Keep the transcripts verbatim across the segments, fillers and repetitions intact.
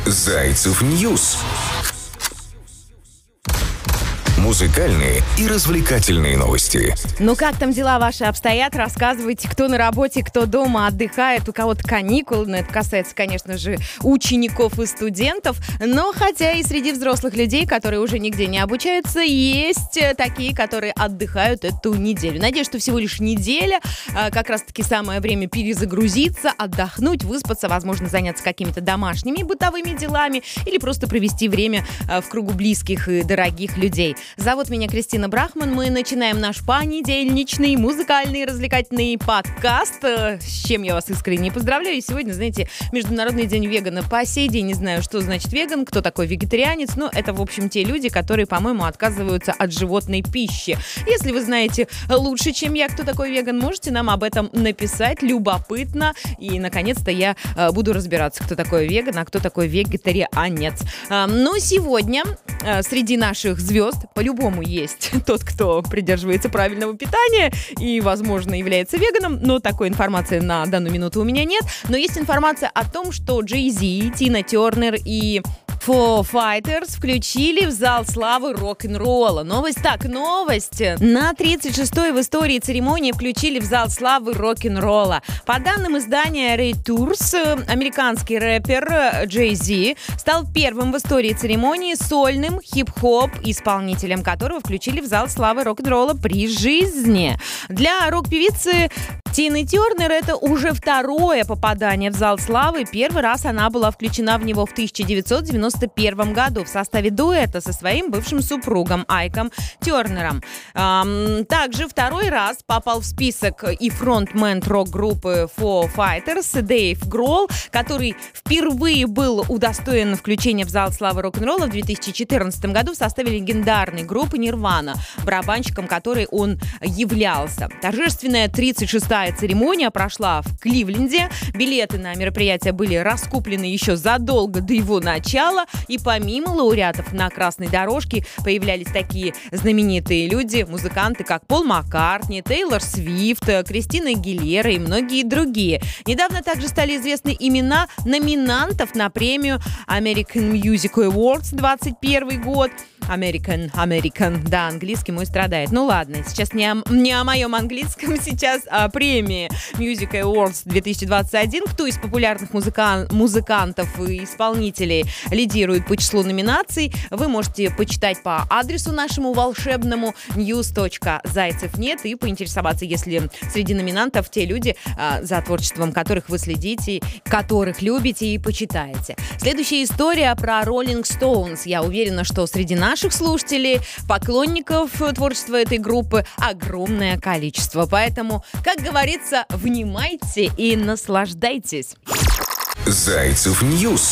Зайцев Ньюс. Музыкальные и развлекательные новости. Ну как там дела ваши обстоят? Рассказывайте, кто на работе, кто дома отдыхает, у кого-то каникулы. Но это касается, конечно же, учеников и студентов. Но хотя и среди взрослых людей, которые уже нигде не обучаются, есть такие, которые отдыхают эту неделю. Надеюсь, что всего лишь неделя. Как раз-таки самое время перезагрузиться, отдохнуть, выспаться, возможно, заняться какими-то домашними бытовыми делами или просто провести время в кругу близких и дорогих людей. Зовут меня Кристина Брахман. Мы начинаем наш понедельничный музыкальный развлекательный подкаст, с чем я вас искренне поздравляю. И сегодня, знаете, Международный день вегана. По сей день не знаю, что значит веган, кто такой вегетарианец, но это, в общем, те люди, которые, по-моему, отказываются от животной пищи. Если вы знаете лучше, чем я, кто такой веган, можете нам об этом написать. Любопытно. И, наконец-то, я буду разбираться, кто такой веган, а кто такой вегетарианец. Но сегодня среди наших звезд по-любому есть тот, кто придерживается правильного питания и, возможно, является веганом, но такой информации на данную минуту у меня нет. Но есть информация о том, что Джей Зи, Тина Тернер и Foo Fighters включили в зал славы рок-н-ролла. Новость так, новость. На тридцать шестой в истории церемонии включили в зал славы рок-н-ролла. По данным издания Ray Tours, американский рэпер Джей Зи стал первым в истории церемонии сольным хип-хоп исполнителем, которого включили в зал славы рок-н-ролла при жизни. Для рок-певицы Тины Тернер это уже второе попадание в зал славы. Первый раз она была включена в него в тысяча девятьсот девяносто первом году в составе дуэта со своим бывшим супругом Айком Тернером. Эм, также второй раз попал в список и фронтмен рок-группы Foo Fighters Дэйв Гролл, который впервые был удостоен включения в зал славы рок-н-ролла в две тысячи четырнадцатом году в составе легендарной группы Nirvana, барабанщиком которой он являлся. Торжественная тридцать шестая церемония прошла в Кливленде. Билеты на мероприятие были раскуплены еще задолго до его начала. И помимо лауреатов на красной дорожке появлялись такие знаменитые люди, музыканты, как Пол Маккартни, Тейлор Свифт, Кристина Агилера и многие другие. Недавно также стали известны имена номинантов на премию American Music Awards двадцать первый год. American, American, да, английский мой страдает. Ну ладно, сейчас не о, не о моем английском, сейчас о премии Music Awards две тысячи двадцать один. Кто из популярных музыкан, музыкантов и исполнителей лидирует по числу номинаций, вы можете почитать по адресу нашему волшебному news точка зайцев точка нет и поинтересоваться, если среди номинантов те люди, за творчеством которых вы следите, которых любите и почитаете. Следующая история про Rolling Stones. Я уверена, что среди наших слушателей, поклонников творчества этой группы огромное количество. Поэтому, как говорится, внимайте и наслаждайтесь. Зайцев Ньюс.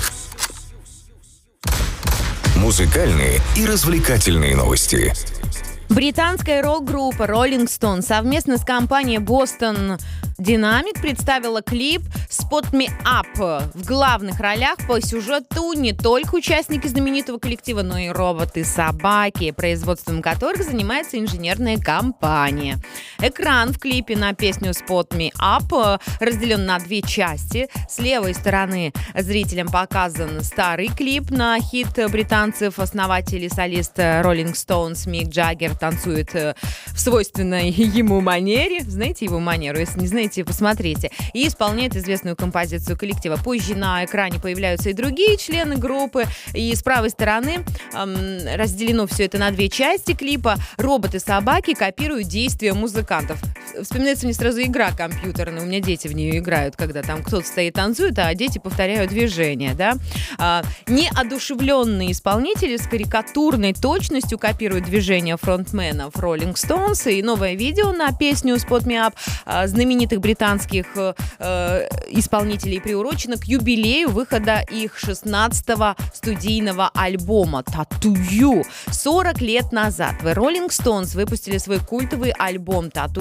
Музыкальные и развлекательные новости. Британская рок-группа Rolling Stone совместно с компанией Boston Dynamic представила клип «Spot Me Up». В главных ролях по сюжету не только участники знаменитого коллектива, но и роботы-собаки, производством которых занимается инженерная компания. Экран в клипе на песню «Spot Me Up» разделен на две части. С левой стороны зрителям показан старый клип на хит британцев. Основатель и солист Rolling Stones Мик Джаггер танцует в свойственной ему манере. Знаете его манеру? Если не знаете, посмотрите. И исполняет известную композицию коллектива. Позже на экране появляются и другие члены группы. И с правой стороны эм, разделено все это на две части клипа. Роботы-собаки копируют действия музыкантов. Вспоминается мне сразу игра компьютерная. У меня дети в нее играют, когда там кто-то стоит, танцует, а дети повторяют движения. Да? А, неодушевленные исполнители с карикатурной точностью копируют движения фронтменов Rolling Stones. И новое видео на песню «Spot Me Up» а, знаменитых британских э, исполнителей приурочено к юбилею выхода их шестнадцатого студийного альбома «Tattoo You». сорок лет назад The Rolling Stones выпустили свой культовый альбом «Tattoo You».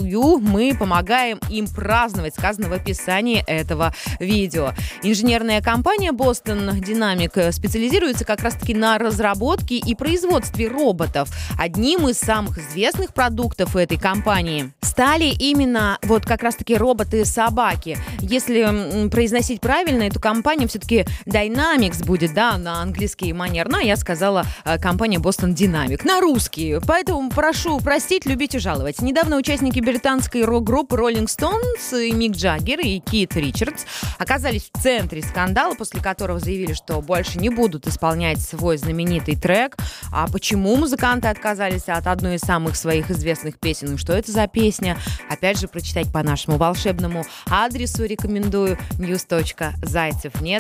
мы помогаем им праздновать, сказано в описании этого видео. Инженерная компания Boston Dynamics специализируется как раз-таки на разработке и производстве роботов. Одним из самых известных продуктов этой компании стали именно вот как раз-таки роботы-собаки. Если произносить правильно, эту компанию все-таки Dynamics будет, да, на английский манер. Но я сказала компания Boston Dynamics на русский. Поэтому прошу простить, любить и жаловать. Недавно участники британской рок-группы Rolling Stones, Мик Джаггер и Кит Ричардс оказались в центре скандала, после которого заявили, что больше не будут исполнять свой знаменитый трек. А почему музыканты отказались от одной из самых своих известных песен? И что это за песня? Опять же, прочитать по нашему волшебному адресу рекомендую ньюс точка зайцев нет.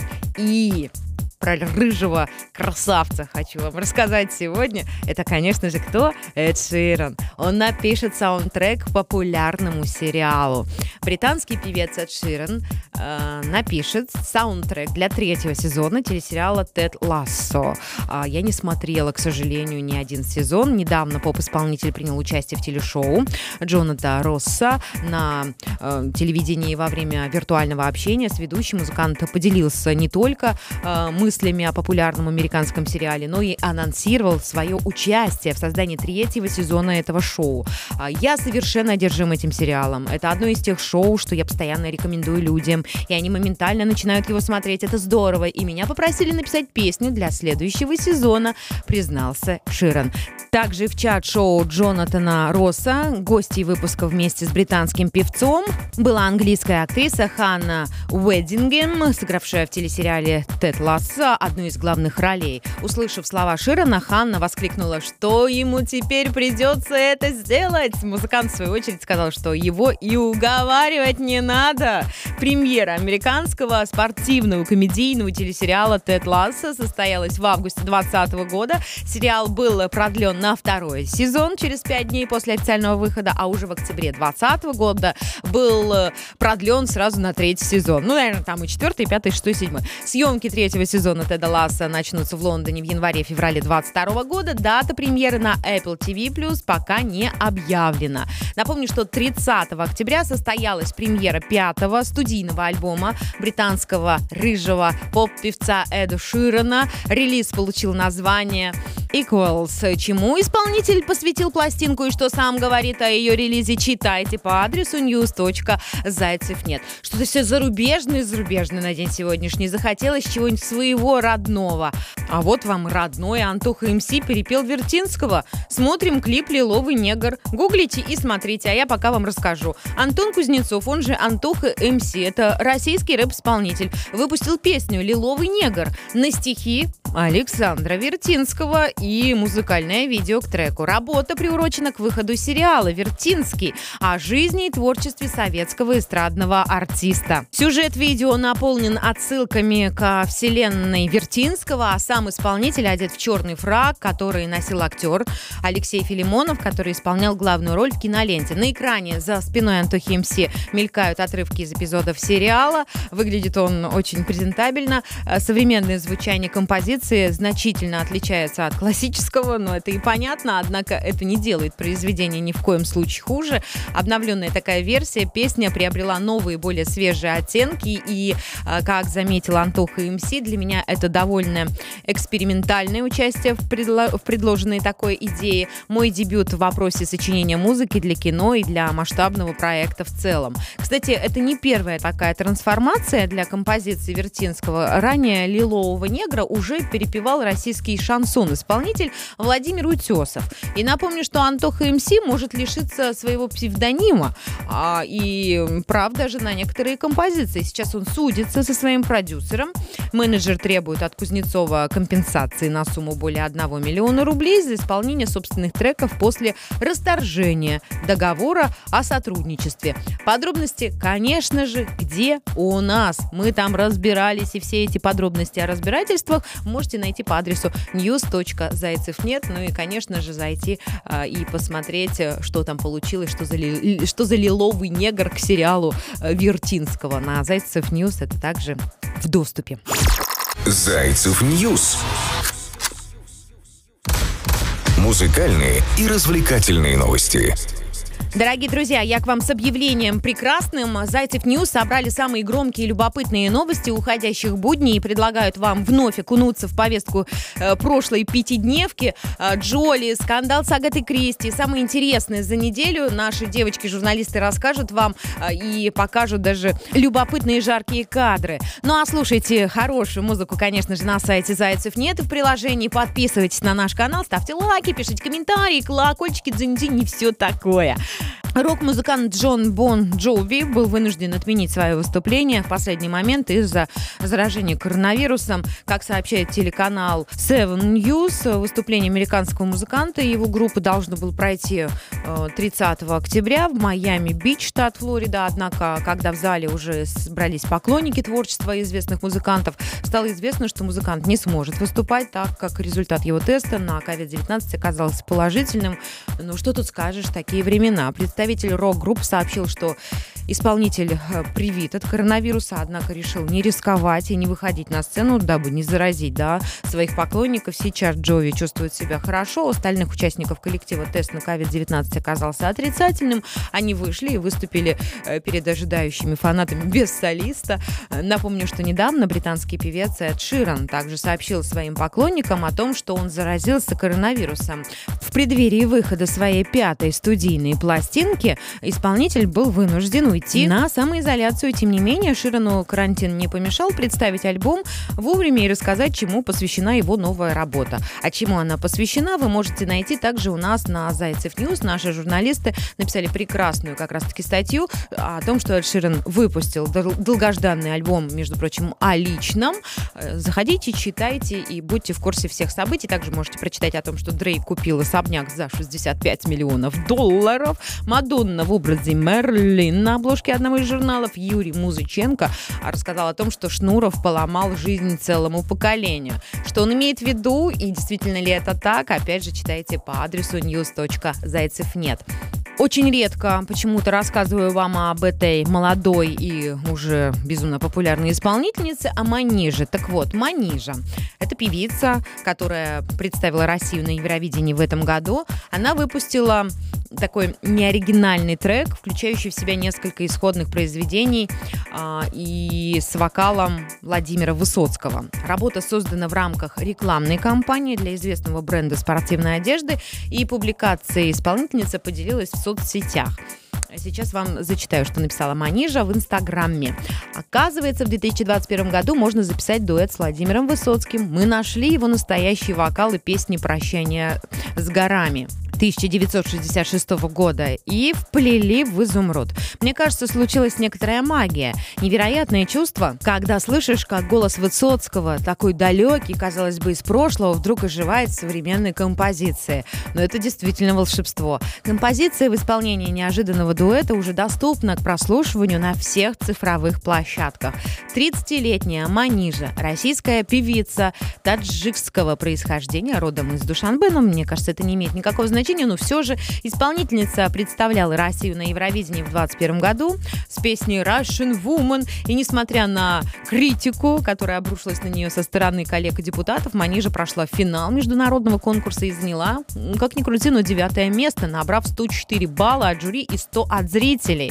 И про рыжего красавца хочу вам рассказать сегодня. Это, конечно же, кто? Эд Ширан. Он напишет саундтрек к популярному сериалу. Британский певец Эд Ширан э, напишет саундтрек для третьего сезона телесериала «Тед Лассо». Э, я не смотрела, к сожалению, ни один сезон. Недавно поп-исполнитель принял участие в телешоу Джонатана Росса на э, телевидении во время виртуального общения с ведущим. Музыкант поделился не только э, мыслями о популярном американском сериале, но и анонсировал свое участие в создании третьего сезона этого шоу. Я совершенно одержим этим сериалом. Это одно из тех шоу, что я постоянно рекомендую людям, и они моментально начинают его смотреть. Это здорово. И меня попросили написать песню для следующего сезона, признался Ширан. Также в чат шоу Джонатана Росса, гостьей выпуска вместе с британским певцом, была английская актриса Ханна Уэддингем, сыгравшая в телесериале «Тед Лассо» одну из главных ролей. Услышав слова Ширана, Ханна воскликнула, что ему теперь придется это сделать. Музыкант, в свою очередь, сказал, что его и уговаривать не надо. Премьера американского спортивного комедийного телесериала «Тед Лассо» состоялась в августе двадцатого года. Сериал был продлен на второй сезон через пять дней после официального выхода, а уже в октябре двадцатого года был продлен сразу на третий сезон. Ну, наверное, там и четвертый, и пятый, и шестой, и седьмой. Съемки третьего сезона «Теда Лассо» начнутся в Лондоне в январе-феврале двадцать второго года. Дата премьеры на Apple ти ви плюс пока не объявлена. Напомню, что тридцатого октября состоялась премьера пятого студийного альбома британского рыжего поп-певца Эда Ширана. Релиз получил название Equals. Чему исполнитель посвятил пластинку и что сам говорит о ее релизе, читайте по адресу ньюс точка зайцев нет. Что-то все зарубежное-зарубежное на день сегодняшний. Захотелось чего-нибудь своего родного. А вот вам родной. Антоха МС перепел Вертинского. Смотрим клип «Лиловый негр». Гуглите и смотрите, а я пока вам расскажу. Антон Кузнецов, он же Антоха МС, это российский рэп-исполнитель, выпустил песню «Лиловый негр» на стихи Александра Вертинского и музыкальное видео к треку. Работа приурочена к выходу сериала «Вертинский» о жизни и творчестве советского эстрадного артиста. Сюжет видео наполнен отсылками ко вселенной Вертинского, а сам исполнитель одет в черный фрак, который носил актер Алексей Филимонов, который исполнял главную роль в киноленте. На экране за спиной Антохи МС мелькают отрывки из эпизодов сериала. Выглядит он очень презентабельно. Современное звучание композиции значительно отличается от классического, но это и понятно, однако это не делает произведение ни в коем случае хуже. Обновленная такая версия, песня приобрела новые, более свежие оттенки, и, как заметил Антоха МС, для меня это довольно экспериментальное участие в, предло- в предложенной такой идее. Мой дебют в вопросе сочинения музыки для кино и для масштабного проекта в целом. Кстати, это не первая такая трансформация для композиции Вертинского. Ранее «Лилового негра» уже перепевал российский шансон-исполнитель Владимир Утесов. И напомню, что Антоха МС может лишиться своего псевдонима а, и прав даже на некоторые композиции. Сейчас он судится со своим продюсером. Менеджер требует от Кузнецова компенсации на сумму более одного миллиона рублей за исполнение собственных треков после расторжения договора о сотрудничестве. Подробности, конечно же, где у нас. Мы там разбирались, и все эти подробности о разбирательствах можете найти по адресу ньюс точка зайцев нет. Ну и, конечно же, зайти а, и посмотреть, что там получилось, что за, ли, что за лиловый негр к сериалу а, Вертинского. На Зайцев Ньюс это также в доступе. Зайцев Ньюс. Музыкальные и развлекательные новости. Дорогие друзья, я к вам с объявлением прекрасным. Зайцев Ньюс собрали самые громкие и любопытные новости уходящих будней и предлагают вам вновь окунуться в повестку э, прошлой пятидневки. Э, Джоли, скандал с Агатой Кристи. Самое интересное за неделю наши девочки-журналисты расскажут вам э, и покажут даже любопытные жаркие кадры. Ну а слушайте хорошую музыку, конечно же, на сайте Зайцев нет и в приложении. Подписывайтесь на наш канал, ставьте лайки, пишите комментарии, колокольчики, дзынь-дзынь и все такое. Рок-музыкант Джон Бон Джови был вынужден отменить свое выступление в последний момент из-за заражения коронавирусом. Как сообщает телеканал Seven News, выступление американского музыканта и его группы должно было пройти тридцатого октября в Майами-Бич, штат Флорида. Однако, когда в зале уже собрались поклонники творчества известных музыкантов, стало известно, что музыкант не сможет выступать, так как результат его теста на ковид девятнадцать оказался положительным. Ну, что тут скажешь, такие времена. Представитель рок-групп сообщил, что исполнитель привит от коронавируса, однако решил не рисковать и не выходить на сцену, дабы не заразить да, своих поклонников. Сейчас Джови чувствует себя хорошо. У остальных участников коллектива тест на ковид девятнадцать оказался отрицательным. Они вышли и выступили перед ожидающими фанатами без солиста. Напомню, что недавно британский певец Эд Ширан также сообщил своим поклонникам о том, что он заразился коронавирусом. В преддверии выхода своей пятой студийной пластинки исполнитель был вынужден уйти на самоизоляцию. Тем не менее, Ширану карантин не помешал представить альбом вовремя и рассказать, чему посвящена его новая работа. А чему она посвящена, вы можете найти также у нас на Зайцев Ньюс. Наши журналисты написали прекрасную как раз-таки статью о том, что Эд Ширан выпустил долгожданный альбом, между прочим, о личном. Заходите, читайте и будьте в курсе всех событий. Также можете прочитать о том, что Дрейк купил особняк за шестьдесят пять миллионов долларов. Мадонна в образе Мерлин на обложке одного из журналов. Юрий Музыченко рассказал о том, что Шнуров поломал жизнь целому поколению. Что он имеет в виду и действительно ли это так, опять же, читайте по адресу news точка зайцев нет. Очень редко почему-то рассказываю вам об этой молодой и уже безумно популярной исполнительнице, о Маниже. Так вот, Манижа – это певица, которая представила Россию на Евровидении в этом году. Она выпустила такой неоригинальный трек, включающий в себя несколько исходных произведений а, и с вокалом Владимира Высоцкого. Работа создана в рамках рекламной кампании для известного бренда спортивной одежды, и публикацией исполнительница поделилась в соцсетях. Сейчас вам зачитаю, что написала Манижа в Инстаграме. Оказывается, в две тысячи двадцать первом году можно записать дуэт с Владимиром Высоцким. Мы нашли его настоящий вокал и песни «Прощание с горами» тысяча девятьсот шестьдесят шестого года и вплели в «Изумруд». Мне кажется, случилась некоторая магия. Невероятное чувство, когда слышишь, как голос Высоцкого, такой далекий, казалось бы, из прошлого, вдруг оживает в современной композиции. Но это действительно волшебство. Композиция в исполнении неожиданного дуэта уже доступна к прослушиванию на всех цифровых площадках. тридцатилетняя Манижа, российская певица таджикского происхождения, родом из Душанбе, но мне кажется, это не имеет никакого значения. Но все же исполнительница представляла Россию на Евровидении в двадцать первом году с песней Russian Woman. И несмотря на критику, которая обрушилась на нее со стороны коллег и депутатов, Манижа прошла финал международного конкурса и заняла, как ни крути, но девятое место, набрав сто четыре балла от жюри и сто от зрителей.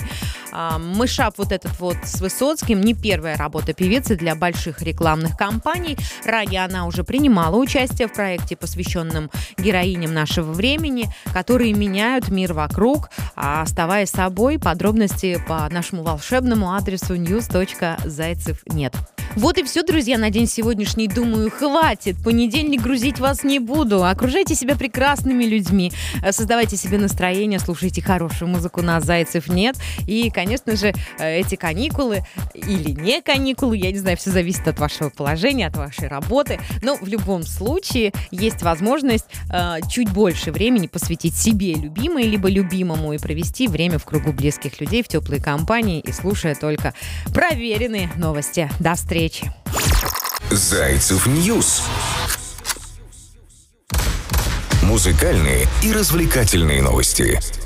Мышап вот этот вот с Высоцким не первая работа певицы для больших рекламных кампаний. Ранее она уже принимала участие в проекте, посвященном героиням нашего времени, которые меняют мир вокруг, оставаясь собой. Подробности по нашему волшебному адресу news точка зайцев нет. Вот и все, друзья, на день сегодняшний, думаю, хватит. Понедельник грузить вас не буду. Окружайте себя прекрасными людьми, создавайте себе настроение, слушайте хорошую музыку на Зайцев нет. И, конечно же, эти каникулы или не каникулы, я не знаю, все зависит от вашего положения, от вашей работы. Но в любом случае есть возможность э, чуть больше времени посвятить себе любимой, либо любимому и провести время в кругу близких людей, в теплой компании и слушая только проверенные новости. До встречи! Зайцев Ньюс. Музыкальные и развлекательные новости.